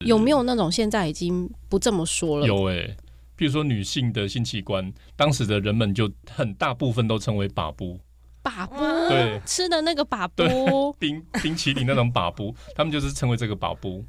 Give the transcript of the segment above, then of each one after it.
有没有那种现在已经不这么说了？ 有比如说女性的性器官，当时的人们就很大部分都称为把布。 把布， 对， 吃的那个把布， 冰淇淋那种把布，他们就是称为这个把布。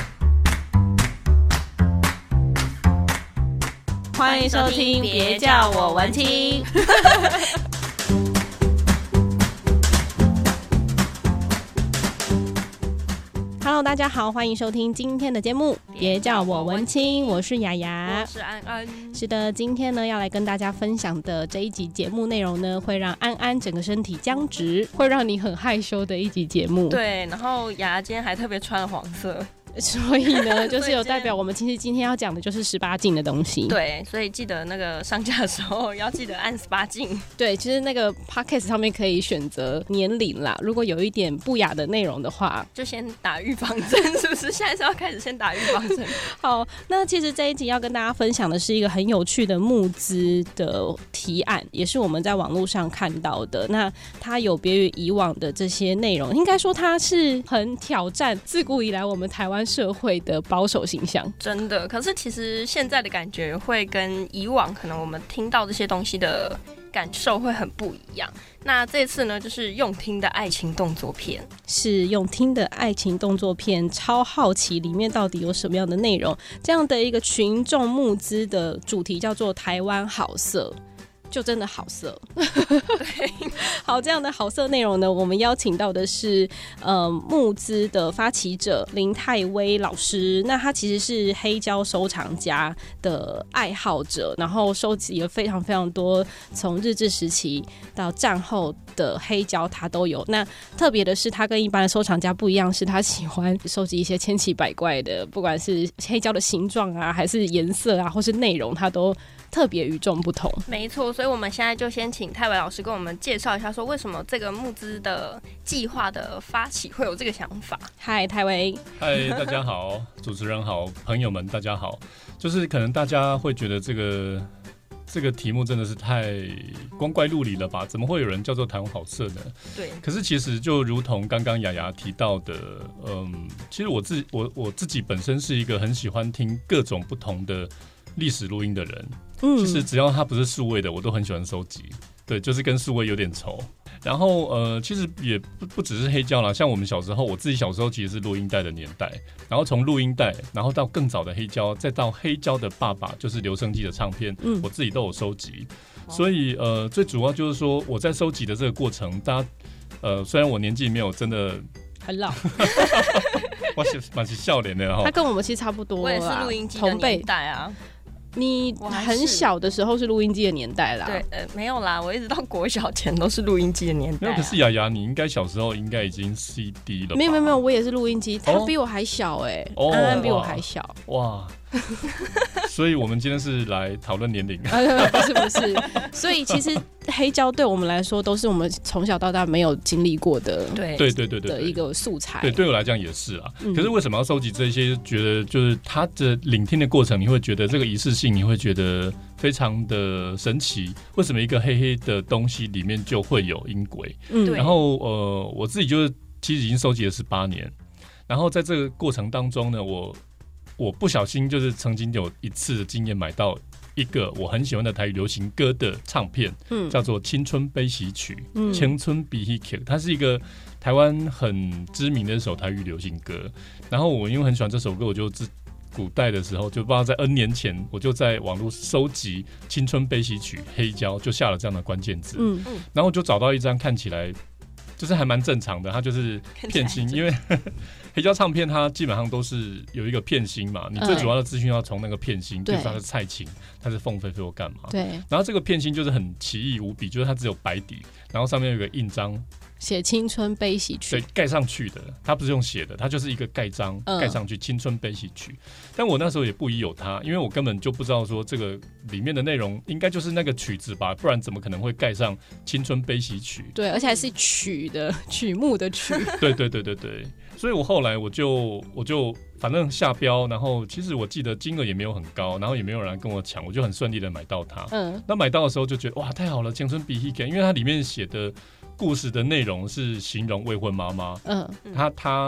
欢迎收听，别叫我文青。Hello， 大家好，欢迎收听今天的节目，别叫我文青，我是雅雅， 我是安安。 是的，今天呢要来跟大家分享的这一集节目内容呢，会让安安整个身体僵直，会让你很害羞的一集节目。 对，然后雅雅今天还特别穿了黄色。 所以呢，就是有代表我们其实今天要讲的就是18禁的东西。 对，所以记得那个上架的时候要记得按18禁。 对，其实那个 podcast 上面可以选择年龄啦，如果有一点不雅的内容的话， 就先打预防针，是不是？现在是要开始先打预防针。 好，那其实这一集要跟大家分享的是一个很有趣的募资的提案，也是我们在网络上看到的。那它有别于以往的这些内容，应该说它是很挑战自古以来我们台湾社会的保守形象。 真的，可是其实现在的感觉会跟以往可能我们听到这些东西的感受会很不一样。那这次呢，就是用听的爱情动作片， 是用听的爱情动作片，超好奇里面到底有什么样的内容。这样的一个群众募资的主题叫做台湾好色，就真的好色。好，这样的好色内容呢，我们邀请到的是募资的发起者林泰威老师。那他其实是黑胶收藏家的爱好者，然后收集了非常非常多从日治时期到战后的黑胶他都有。那特别的是，他跟一般的收藏家不一样，是他喜欢收集一些千奇百怪的，不管是黑胶的形状啊，还是颜色啊，或是内容，他都特别与众不同。 没错，所以我们现在就先请泰伟老师跟我们介绍一下，说为什么这个募资的计划的发起会有这个想法。 嗨，泰伟。 嗨，大家好，主持人好，朋友们大家好。就是可能大家会觉得这个题目真的是太光怪陆离了吧？怎么会有人叫做台湾好色呢？ 对。 可是其实就如同刚刚雅雅提到的，其实我自己本身是一个很喜欢听各种不同的历史录音的人。其实只要它不是数位的，我都很喜欢收集。对，就是跟数位有点仇。然后其实也不只是黑胶啦，像我们小时候，我自己小时候其实是录音带的年代，然后从录音带，然后到更早的黑胶，再到黑胶的爸爸，就是留声机的唱片，我自己都有收集。所以最主要就是说我在收集的这个过程，大家虽然我年纪没有真的很老， 我蛮是笑脸的哈。 他跟我们其实差不多啦， 我也是录音机的年代啊。 你很小的时候是录音机的年代啦。 对，没有啦，我一直到国小前都是录音机的年代。 可是雅雅，你应该小时候应该已经 CD 了吧？ 没有，我也是录音机，他比我还小安安比我还小。哇。 所以我们今天是来讨论年龄。 不是，所以其实黑胶对我们来说都是我们从小到大没有经历过的，对的一个素材。 对我来讲也是啊。可是为什么要收集这些？觉得就是它的聆听的过程，你会觉得这个仪式性，你会觉得非常的神奇。为什么一个黑黑的东西里面就会有音轨？然后我自己就是其实已经收集了18年，然后在这个过程当中呢，我不小心就是曾经有一次的经验买到一个我很喜欢的台语流行歌的唱片，叫做《青春悲喜曲》，青春悲喜曲，它是一个台湾很知名的一首台语流行歌。然后我因为很喜欢这首歌，我就古代的时候就不知道在 N 年前，我就在网络收集《青春悲喜曲》黑胶，就下了这样的关键字，然后就找到一张看起来就是还蛮正常的，它就是片芯，因为黑胶唱片它基本上都是有一个片芯嘛，你最主要的资讯要从那个片芯，比如说它是蔡琴，它是凤飞飞或干嘛， 对。 然后这个片芯就是很奇异无比，就是它只有白底，然后上面有一个印章， 写青春悲喜曲， 对，盖上去的，它不是用写的，它就是一个盖章盖上去，青春悲喜曲。但我那时候也不疑有它，因为我根本就不知道说这个里面的内容应该就是那个曲子吧，不然怎么可能会盖上青春悲喜曲？ 对，而且还是曲目的曲。 对，所以我后来我就反正下标，然后其实我记得金额也没有很高，然后也没有人跟我抢，我就很顺利的买到它。那买到的时候就觉得哇，太好了，青春悲喜曲，因为它里面写的故事的内容是形容未婚妈妈，她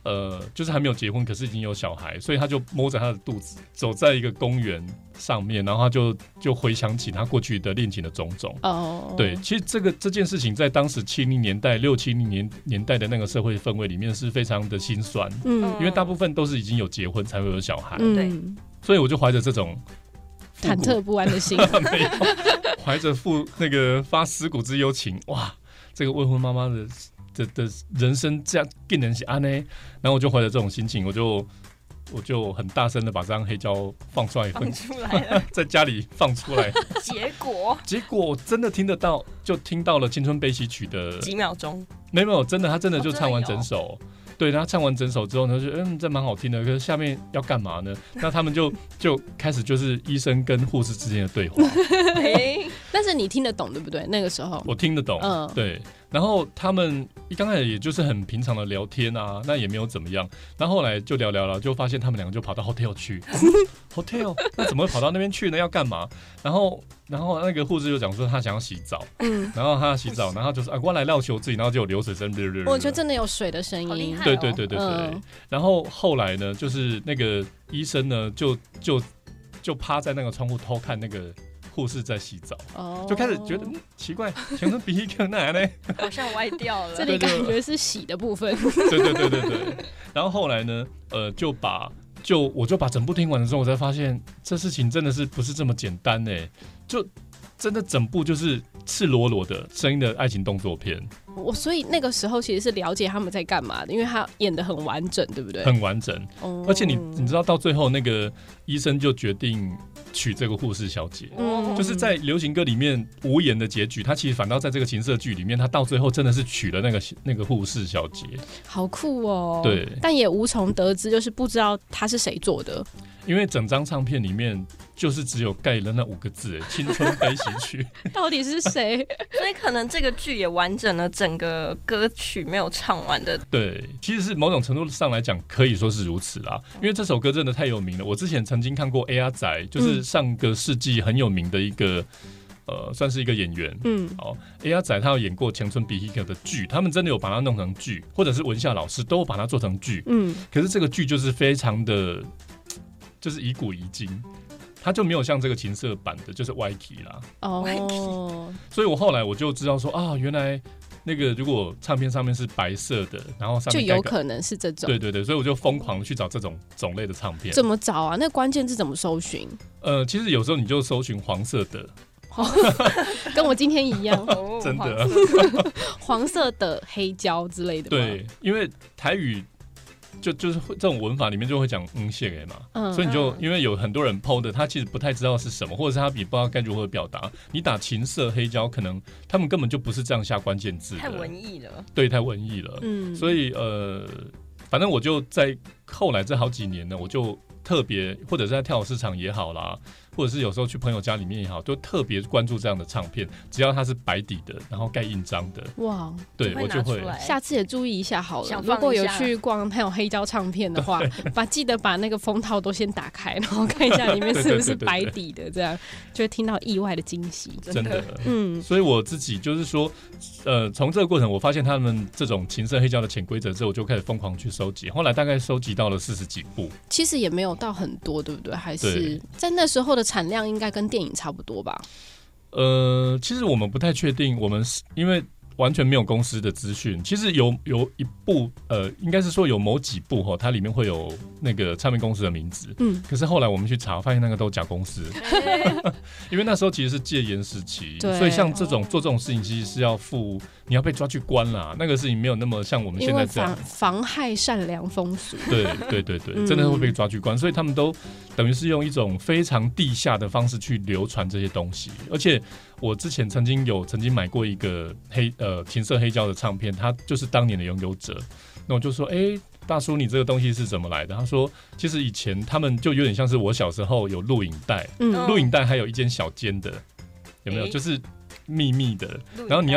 就是还没有结婚，可是已经有小孩，所以他就摸着他的肚子走在一个公园上面，然后他就回想起他过去的恋情的种种。对，其实这件事情在当时70年代、60、70年代的那个社会氛围里面是非常的心酸，因为大部分都是已经有结婚才会有小孩， 对， 所以我就怀着这种忐忑不安的心， 没有，怀着那个发思古之幽情，哇，这个未婚妈妈的人生这样竟然是安呢，然后我就怀着这种心情，我就很大声的把这张黑胶放出来了，在家里放出来，结果我真的听得到，就听到了《青春悲喜曲》的几秒钟， 没有，真的，他真的就唱完整首。对，他唱完整首之后呢，就这蛮好听的，可是下面要干嘛呢？那他们就开始就是医生跟护士之间的对话。 但是你听得懂对不对？那个时候我听得懂，对。然后他们刚开始也就是很平常的聊天啊，那也没有怎么样。然后后来就聊，就发现他们两个就跑到 hotel 去，hotel 那怎么会跑到那边去呢？要干嘛？然后那个护士就讲说他想要洗澡，然后他要洗澡，然后就是我来绕球自己，然后就有流水声， 我觉得真的有水的声音， 对。然后后来呢，就是那个医生呢，就趴在那个窗户偷看那个护士在洗澡，就开始觉得奇怪，全身鼻涕那来呢， 好像歪掉了。 这里感觉是洗的部分。 对。然后后来呢，我就把整部听完的时候，我才发现这事情真的是不是这么简单呢？就真的整部就是赤裸裸的声音的爱情动作片。 所以那个时候其实是了解他们在干嘛的，因为他演得很完整，对不对？ 很完整，而且你知道到最后那个医生就决定娶这个护士小姐，就是在流行歌里面无言的结局，他其实反倒在这个情色剧里面，他到最后真的是娶了那个护士小姐， 好酷哦！ 对， 但也无从得知，就是不知道他是谁做的， 因为整张唱片里面就是只有盖了那5个字“青春悲喜曲”， 到底是谁？ 所以可能这个剧也完整了整个歌曲没有唱完的。 对，其实是某种程度上来讲可以说是如此啦，因为这首歌真的太有名了。我之前曾经看过 A.R. 仔，就是上个世纪很有名的一个算是一个演员。A.R. 仔他有演过《青春悲喜曲》的剧，他们真的有把它弄成剧，或者是文夏老师都有把它做成剧。可是这个剧就是非常的，就是以古遗今。他就没有像这个情色版的，就是歪题啦。所以我后来我就知道说啊，原来那个如果唱片上面是白色的，然后上面就有可能是这种。 对，所以我就疯狂去找这种种类的唱片。 怎么找啊？那关键字怎么搜寻？ 其实有时候你就搜寻黄色的， 跟我今天一样， 真的黄色的黑胶之类的。 对，因为台语。就是这种文法里面就会讲谢嘛，所以你就因为有很多人 PO 的，他其实不太知道是什么，或者是他也不知道该如何表达。你打情色黑胶，可能他们根本就不是这样下关键字的， 太文艺了。 对，太文艺了。所以反正我就在后来这好几年呢，我就特别或者是在跳蚤市场也好啦，或者是有时候去朋友家里面也好，都特别关注这样的唱片，只要它是白底的，然后盖印章的， 哇， 对我就会下次也注意一下好了。如果有去逛还有黑胶唱片的话，记得把那个封套都先打开，然后看一下里面是不是白底的，这样就会听到意外的惊喜。 真的，所以我自己就是说，从这个过程，我发现他们这种情色黑胶的潜规则之后，我就开始疯狂去收集，后来大概收集到了40几部， 其实也没有到很多，对不对？还是在那时候的产量应该跟电影差不多吧？ 其实我们不太确定，我们因为完全没有公司的资讯。其实有一部应该是说有某几部它里面会有那个唱片公司的名字，可是后来我们去查，发现那个都假公司，因为那时候其实是戒严时期，所以像这种做这种事情，其实是要你要被抓去关啦。那个事情没有那么像我们现在这样， 妨害善良风俗。 对，真的会被抓去关，所以他们都等于是用一种非常地下的方式去流传这些东西。而且我之前曾经买过一个情色黑胶的唱片，他就是当年的拥有者。那我就说，大叔，你这个东西是怎么来的？他说，其实以前他们就有点像是我小时候有录影带，录影带还有一间小间的，有没有？就是秘密的，然后你要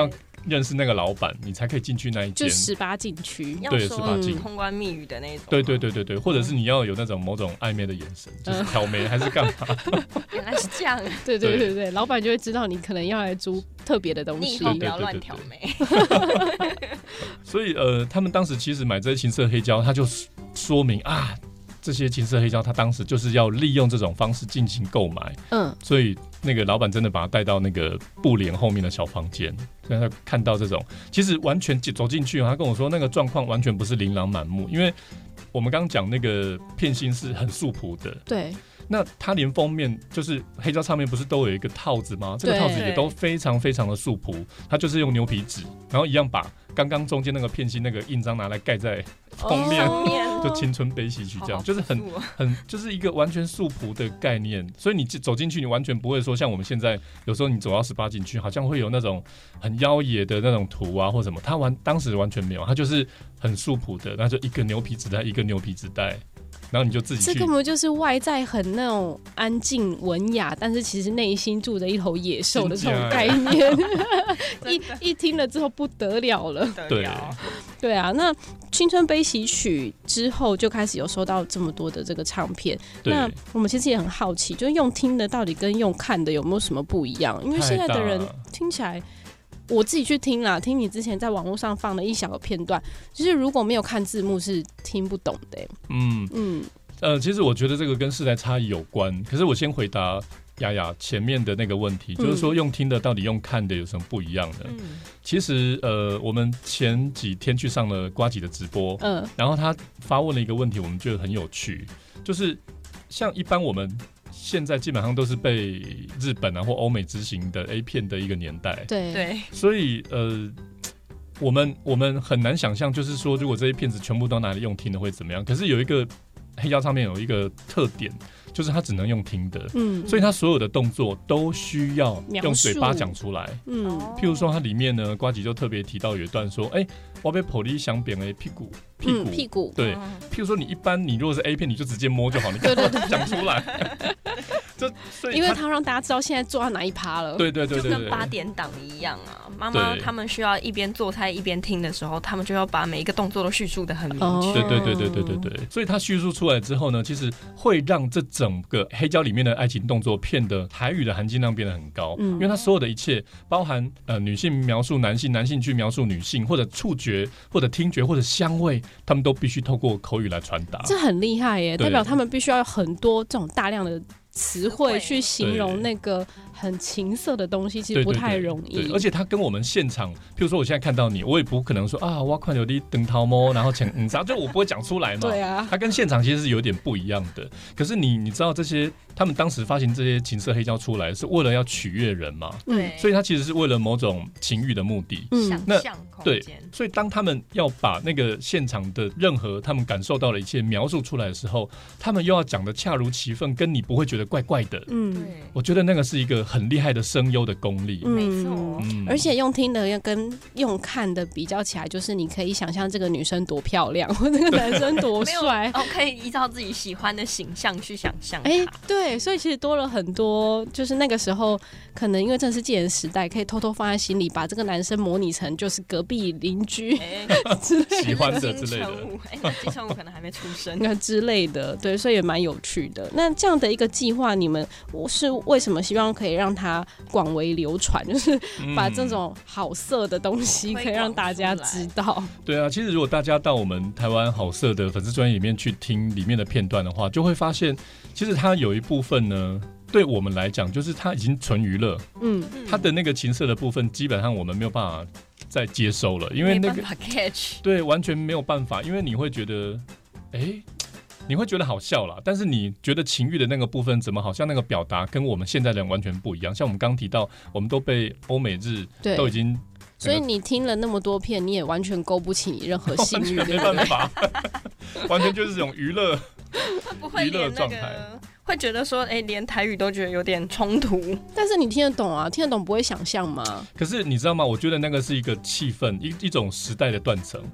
认识那个老板，你才可以进去那一间， 就18禁区， 对 ，18 禁通关密语的那种。 对，或者是你要有那种某种暧昧的眼神，就是挑眉还是干嘛？ 原来是这样。 对，老板就会知道你可能要来租特别的东西， 你以后不要乱挑眉。 所以他们当时其实买这些情色黑胶，他就说明啊。这些情色黑胶，他当时就是要利用这种方式进行购买，所以那个老板真的把他带到那个布帘后面的小房间，所以他看到这种，其实完全走进去，他跟我说那个状况完全不是琳琅满目，因为我们刚刚讲那个片芯是很素朴的， 对。 那它连封面就是黑胶唱片不是都有一个套子吗？这个套子也都非常非常的素朴，它就是用牛皮纸，然后一样把刚刚中间那个片芯那个印章拿来盖在封面，就青春悲喜曲这样，就是很就是一个完全素朴的概念。所以你走进去，你完全不会说像我们现在有时候你走到18禁区，好像会有那种很妖冶的那种图啊或什么，它当时完全没有，它就是很素朴的，那就一个牛皮纸袋一个牛皮纸袋。然后你就自己去， 这根本就是外在很那种安静文雅，但是其实内心住着一头野兽的这种概念。一听了之后不得了了。对啊，那青春悲喜曲之后就开始有收到这么多的这个唱片，那我们其实也很好奇，就是用听的到底跟用看的有没有什么不一样？因为现在的人听起来。我自己去听啦，听你之前在网络上放的一小个片段，就是如果没有看字幕是听不懂的。 其实我觉得这个跟世代差异有关。可是我先回答雅雅前面的那个问题，就是说用听的到底用看的有什么不一样的？其实我们前几天去上了呱吉的直播，然后他发问了一个问题，我们觉得很有趣，就是像一般我们。现在基本上都是被日本啊或欧美执行的 A 片的一个年代， 对， 所以我们很难想象，就是说如果这些片子全部都拿来用听的会怎么样。可是有一个黑胶唱片有一个特点，就是它只能用听的，所以它所有的动作都需要用嘴巴讲出来。譬如说它里面呢，呱吉就特别提到有一段说，我被破例想扁屁股。对，譬如说你如果是 A 片，你就直接摸就好，你干嘛讲出来？ 因为他让大家知道现在做到哪一趴了。 对， 就跟8点档一样啊。妈妈他们需要一边做菜一边听的时候，他们就要把每一个动作都叙述得很明确。 对。所以他叙述出来之后呢，其实会让这整个黑胶里面的爱情动作片的台语的含金量变得很高。因为他所有的一切，包含女性描述男性，男性去描述女性，或者触觉，或者听觉，或者香味，他们都必须透过口语来传达。 这很厉害耶，代表他们必须要有很多这种大量的词汇去形容那个很情色的东西，其实不太容易。 对，而且他跟我们现场，譬如说我现在看到你，我也不可能说啊，我看到你等头摸，然后就我不会讲出来嘛。 对啊， 他跟现场其实是有点不一样的。可是你知道这些，他们当时发行这些情色黑胶出来，是为了要取悦人嘛？ 对， 所以他其实是为了某种情欲的目的。 想象空间。对， 所以当他们要把那个现场的任何他们感受到的一切描述出来的时候，他们又要讲的恰如其分，跟你不会觉得怪怪的。我觉得那个是一个很厉害的声优的功力。 没错。 而且用听的跟用看的比较起来，就是你可以想象这个女生多漂亮，或这个男生多帅， 可以依照自己喜欢的形象去想象。 对，所以其实多了很多，就是那个时候可能因为正是戒严时代，可以偷偷放在心里，把这个男生模拟成就是隔壁邻居喜欢的之类的。 金城武可能还没出生之类的，对，所以也蛮有趣的。那这样的一个计划，你们是为什么希望可以让它广为流传？就是把这种好色的东西可以让大家知道。 对啊，其实如果大家到我们台湾好色的粉丝专页里面去听里面的片段的话，就会发现，其实它有一部分呢，对我们来讲，就是它已经纯娱乐。它的那个情色的部分，基本上我们没有办法再接收了，因为那个对完全没有办法，因为你会觉得，你会觉得好笑啦，但是你觉得情欲的那个部分怎么好像那个表达跟我们现在人完全不一样？像我们刚提到，我们都被欧美日都已经， 所以你听了那么多片，你也完全勾不起你任何性欲， 没办法，完全就是这种娱乐娱乐状态。 会觉得说，连台语都觉得有点冲突。 但是你听得懂啊，听得懂不会想象吗？ 可是你知道吗？我觉得那个是一个气氛，一种时代的断层。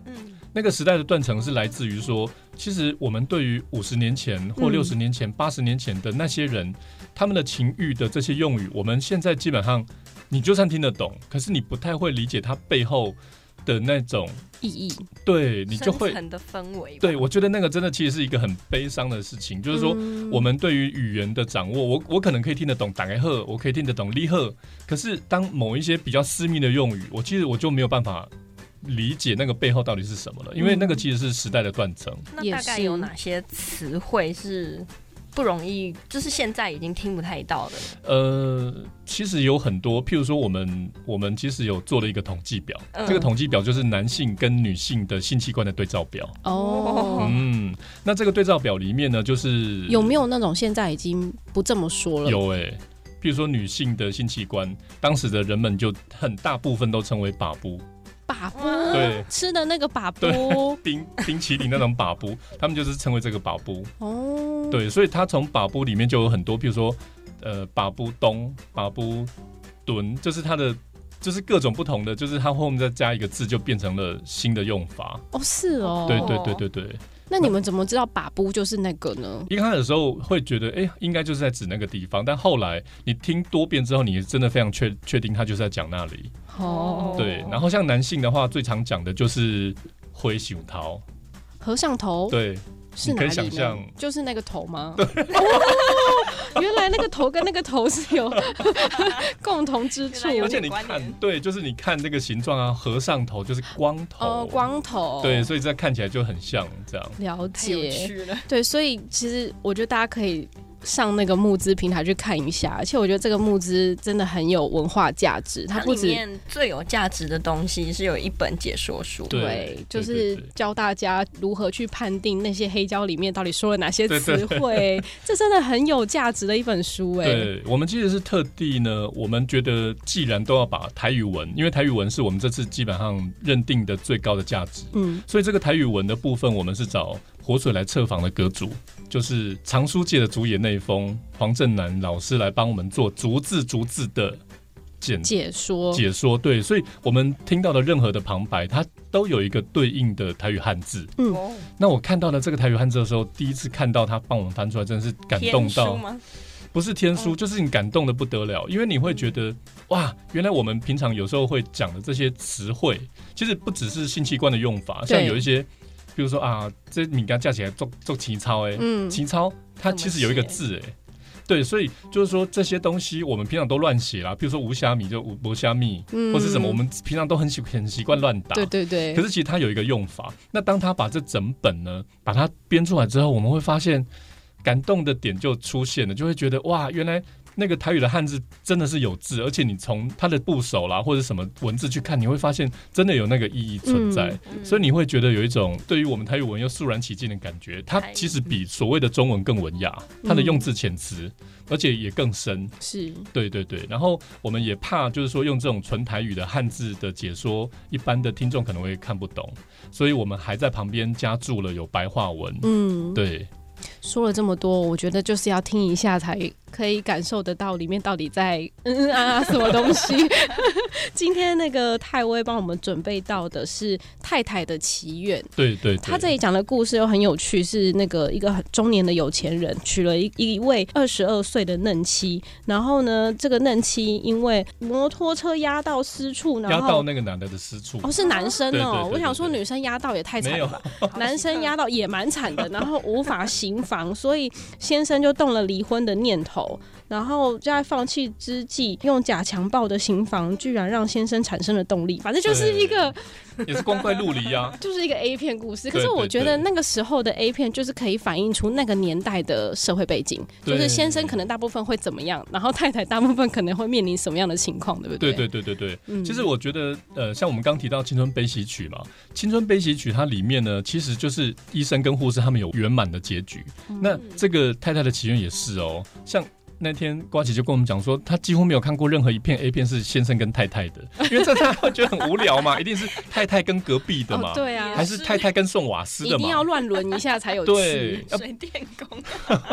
那个时代的断层是来自于说，其实我们对于50年前或60年前、80年前的那些人，他们的情欲的这些用语，我们现在基本上你就算听得懂，可是你不太会理解它背后的那种意义， 对你就会深层的氛围。 对，我觉得那个真的其实是一个很悲伤的事情，就是说我们对于语言的掌握，我可能可以听得懂打开贺，我可以听得懂立贺，可是当某一些比较私密的用语，其实我就没有办法理解那个背后到底是什么了，因为那个其实是时代的断层。 那大概有哪些词汇是不容易，就是现在已经听不太到的？ 其实有很多，譬如说我们其实有做了一个统计表，这个统计表就是男性跟女性的性器官的对照表。那这个对照表里面呢，就是有没有那种现在已经不这么说了？ 有譬如说女性的性器官，当时的人们就很大部分都称为把布。 把布， 对， 吃的那个把布， 冰淇淋那种把布，他们就是称为这个把布。对，所以他从把布里面就有很多，譬如说，把布东、把布蹲，就是它的，就是各种不同的，就是它后面再加一个字，就变成了新的用法。 是哦。 对。 那你们怎么知道把布就是那个呢？ 一开始的时候会觉得，应该就是在指那个地方，但后来你听多遍之后，你真的非常确定它就是在讲那里。对。然后像男性的话，最常讲的就是灰熊桃、 和尚头。 对。 是哪里呢？ 你可以想象， 就是那个头吗？原来那个头跟那个头是有共同之处。 而且你看，对，就是你看那个形状啊，和尚头就是光头。 光头。 对，所以这看起来就很像这样。 了解。 太有趣了。 对，所以其实我觉得大家可以上那个募资平台去看一下，而且我觉得这个募资真的很有文化价值。它不止里面最有价值的东西是有一本解说书， 对，就是教大家如何去判定那些黑胶里面到底说了哪些词汇，这真的很有价值的一本书。 对，我们其实是特地呢，我们觉得既然都要把台语文，因为台语文是我们这次基本上认定的最高的价值，所以这个台语文的部分，我们是找活水来策访的阁主，就是藏书界的主演内丰黄正南老师来帮我们做逐字的解说。对，所以我们听到的任何的旁白，它都有一个对应的台语汉字。那我看到了这个台语汉字的时候，第一次看到他帮我们翻出来，真的是感动到。不是天书，就是你感动的不得了，因为你会觉得哇，原来我们平常有时候会讲的这些词汇，其实不只是性器官的用法，像有一些。比如说啊，这米刚架起来做旗操旗操它其实有一个字对，所以就是说这些东西我们平常都乱写啦，比如说无虾米就无虾米，或是什么，我们平常都很习惯乱打， 对。 可是其实它有一个用法，那当他把这整本呢把它编出来之后，我们会发现感动的点就出现了，就会觉得哇，原来。那个台语的汉字真的是有字，而且你从它的部首啦或者什么文字去看，你会发现真的有那个意义存在，所以你会觉得有一种对于我们台语文又肃然起敬的感觉。它其实比所谓的中文更文雅，它的用字遣词，而且也更深。 是， 对。然后我们也怕就是说用这种纯台语的汉字的解说，一般的听众可能会看不懂，所以我们还在旁边加注了有白话文。对。 说了这么多，我觉得就是要听一下才可以感受得到里面到底在什么东西。今天那个泰威帮我们准备到的是太太的祈愿。 对。 他这里讲的故事又很有趣，是那个一个很中年的有钱人娶了一位22岁的嫩妻，然后呢，这个嫩妻因为摩托车压到私处，然后压到那个男的私处。 是男生哦。 对， 我想说女生压到也太惨了吧，男生压到也蛮惨的，然后无法行房，所以先生就动了离婚的念头，然后在放弃之际，用假强暴的刑房，居然让先生产生了动力。反正就是一个也是光怪陆离啊， 就是一个 A 片故事。可是我觉得那个时候的 A 片就是可以反映出那个年代的社会背景，就是先生可能大部分会怎么样，然后太太大部分可能会面临什么样的情况，对不对？ 对。其实我觉得像我们刚提到青春悲喜曲嘛，青春悲喜曲它里面呢，其实就是医生跟护士他们有圆满的结局。那这个太太的祈愿也是像那天瓜姐就跟我们讲说，她几乎没有看过任何一片 A 片是先生跟太太的，因为这他会觉得很无聊嘛，一定是太太跟隔壁的嘛， 对啊， 还是太太跟送瓦斯的嘛， 一定要乱伦一下才有对， 水电工。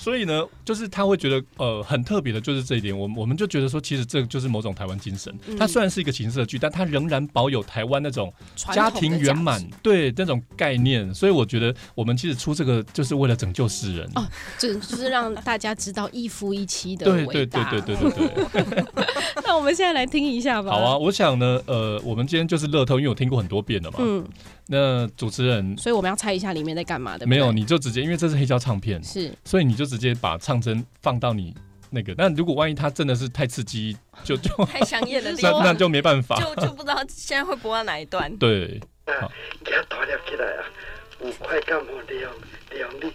所以呢，就是他会觉得很特别的，就是这一点，我们就觉得说，其实这就是某种台湾精神。它虽然是一个情色剧，但它仍然保有台湾那种家庭圆满对那种概念。所以我觉得我们其实出这个就是为了拯救世人哦， 就是让大家知道一夫一妻的伟大。 对。 那我们现在来听一下吧。 好啊，我想呢，我们今天就是乐透，因为我听过很多遍了嘛。那主持人， 所以我们要猜一下里面在干嘛的。 没有，你就直接，因为这是黑胶唱片， 是， 所以你就直接把唱针放到你那个。但如果万一它真的是太刺激，就太抢眼的地方， 那就没办法， 就不知道现在会播到哪一段。 对， 好，给它大粒起来啊！有快感哦，亮你。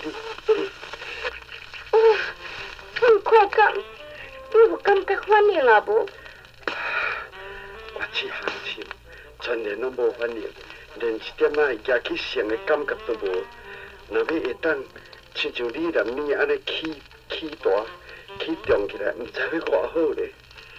有快感，你有感觉反应啊无？ 我试行唱，全然拢无反应，连一点仔会夹起绳的感觉都无。若要会当亲像你男女安尼起大、起重起来，唔知要偌好咧。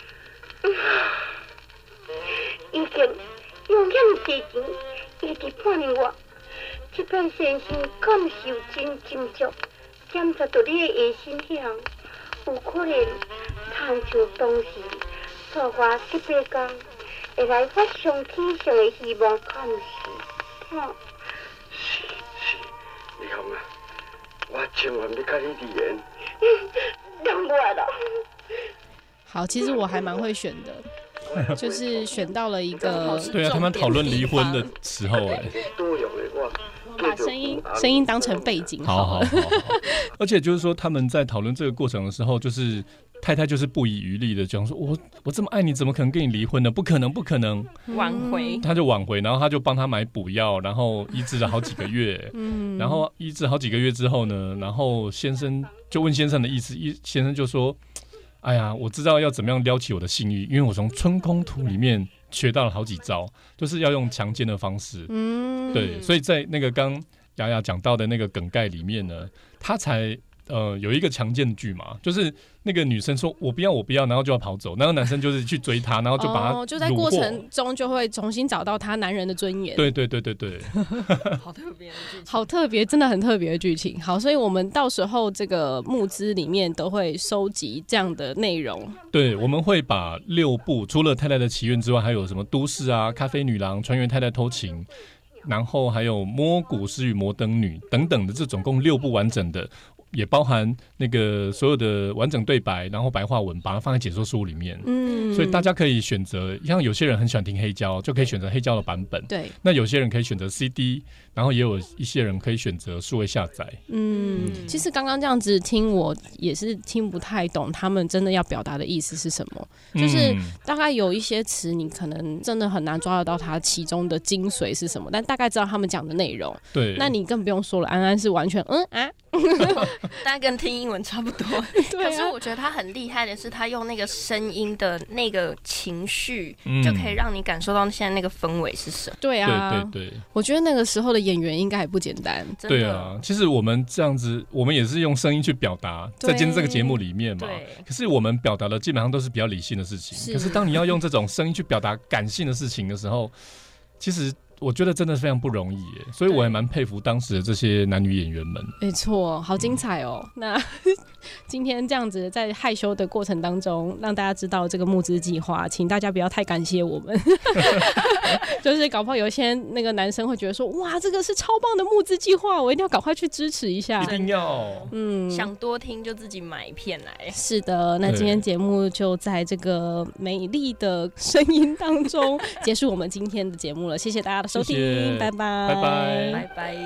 已经用遐济钱，一直判我，这段先生敢是有真斟酌，检查到你的下身迄项，有可能参像当时带我18天，会来发上天上的希望，敢是？ 是，丽红啊，我千万要甲你离缘。 当然了。 好，其实我还蛮会选的，就是选到了一个。 对啊，他们讨论离婚的时候， 把声音当成背景好了。 好。而且就是说，他们在讨论这个过程的时候，就是太太就是不遗余力的讲说，我这么爱你，怎么可能跟你离婚呢？不可能， 挽回。 他就挽回，然后他就帮他买补药，然后医治了好几个月。然后医治好几个月之后呢，然后先生就问先生的意思，先生就说，哎呀，我知道要怎么样撩起我的性欲，因为我从春宫图里面学到了好几招，就是要用强奸的方式。对，所以在那个刚雅雅讲到的那个梗概里面呢，他才有一个强奸的剧嘛，就是那个女生说我不要，然后就要跑走，然后男生就是去追她，然后就把她就在过程中就会重新找到他男人的尊严。 对好特别的剧情， 好特别，真的很特别的剧情。好，所以我们到时候这个募资里面都会收集这样的内容。 对，我们会把6部，除了太太的祈愿之外，还有什么都市啊、咖啡女郎、船员太太偷情，然后还有摸骨师与摩登女等等的，这总共6部完整的，也包含那个所有的完整对白，然后白话文，把它放在解说书里面。所以大家可以选择，像有些人很喜欢听黑胶，就可以选择黑胶的版本。 对， 那有些人可以选择 CD， 然后也有一些人可以选择数位下载。 其实刚刚这样子听，我也是听不太懂他们真的要表达的意思是什么。就是大概有一些词，你可能真的很难抓得到它其中的精髓是什么，但大概知道他们讲的内容。 对， 那你更不用说了，安安是完全大家跟听英文差不多。 对啊， 可是我觉得他很厉害的是，他用那个声音的那个情绪，就可以让你感受到现在那个氛围是什么。 对啊， 对， 我觉得那个时候的演员应该也不简单。 对啊，其实我们这样子，我们也是用声音去表达，在今天这个节目里面嘛。可是我们表达的基本上都是比较理性的事情。可是当你要用这种声音去表达感性的事情的时候，其实我觉得真的非常不容易耶，所以我也蛮佩服当时的这些男女演员们。 没错，好精彩哦。那今天这样子在害羞的过程当中让大家知道这个募资计划，请大家不要太感谢我们就是搞不好有一些那个男生会觉得说，哇，这个是超棒的募资计划，我一定要赶快去支持一下。 一定要想多听就自己买一片来。 是的，那今天节目就在这个美丽的声音当中结束我们今天的节目了。谢谢大家的收听， 谢谢， 拜拜， 拜拜， 拜拜。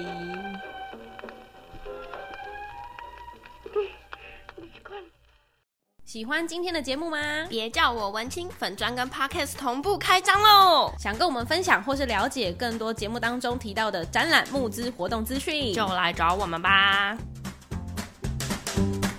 喜欢今天的节目吗？ 别叫我文青，粉专跟 Podcast 同步开张喽！ 想跟我们分享或是了解更多节目当中提到的展览募资活动资讯， 就来找我们吧。